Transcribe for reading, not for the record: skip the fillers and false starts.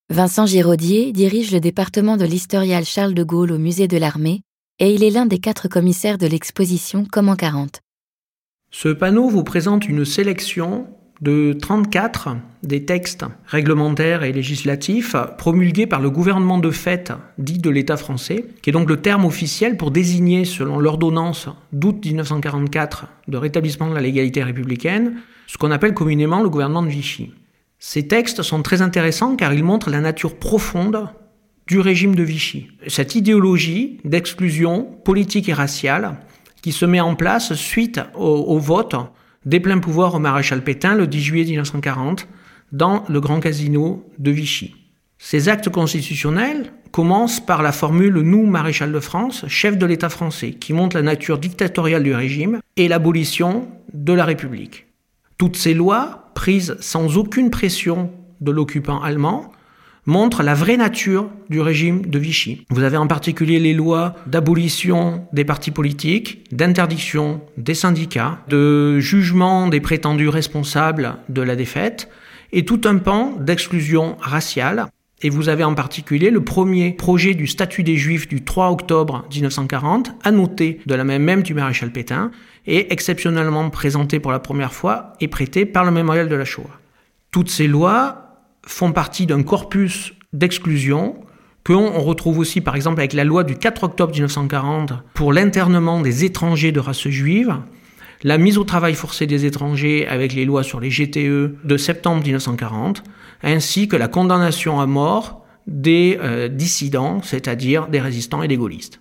Vincent Giraudier dirige le département de l'historial Charles de Gaulle au Musée de l'Armée et il est l'un des 4 commissaires de l'exposition Comme en 40. Ce panneau vous présente une sélection de 34 des textes réglementaires et législatifs promulgués par le gouvernement de fait dit de l'État français, qui est donc le terme officiel pour désigner, selon l'ordonnance d'août 1944 de rétablissement de la légalité républicaine, ce qu'on appelle communément le gouvernement de Vichy. Ces textes sont très intéressants car ils montrent la nature profonde du régime de Vichy. Cette idéologie d'exclusion politique et raciale qui se met en place suite au vote des pleins pouvoirs au maréchal Pétain le 10 juillet 1940 dans le Grand Casino de Vichy. Ces actes constitutionnels commencent par la formule « Nous, maréchal de France, chef de l'État français » qui montre la nature dictatoriale du régime et l'abolition de la République. Toutes ces lois, prises sans aucune pression de l'occupant allemand, montrent la vraie nature du régime de Vichy. Vous avez en particulier les lois d'abolition des partis politiques, d'interdiction des syndicats, de jugement des prétendus responsables de la défaite, et tout un pan d'exclusion raciale. Et vous avez en particulier le premier projet du statut des Juifs du 3 octobre 1940, annoté de la main même du maréchal Pétain, et exceptionnellement présenté pour la première fois et prêté par le mémorial de la Shoah. Toutes ces lois font partie d'un corpus d'exclusion qu'on retrouve aussi par exemple avec la loi du 4 octobre 1940 pour l'internement des étrangers de race juive, la mise au travail forcé des étrangers avec les lois sur les GTE de septembre 1940, ainsi que la condamnation à mort des dissidents, c'est-à-dire des résistants et des gaullistes.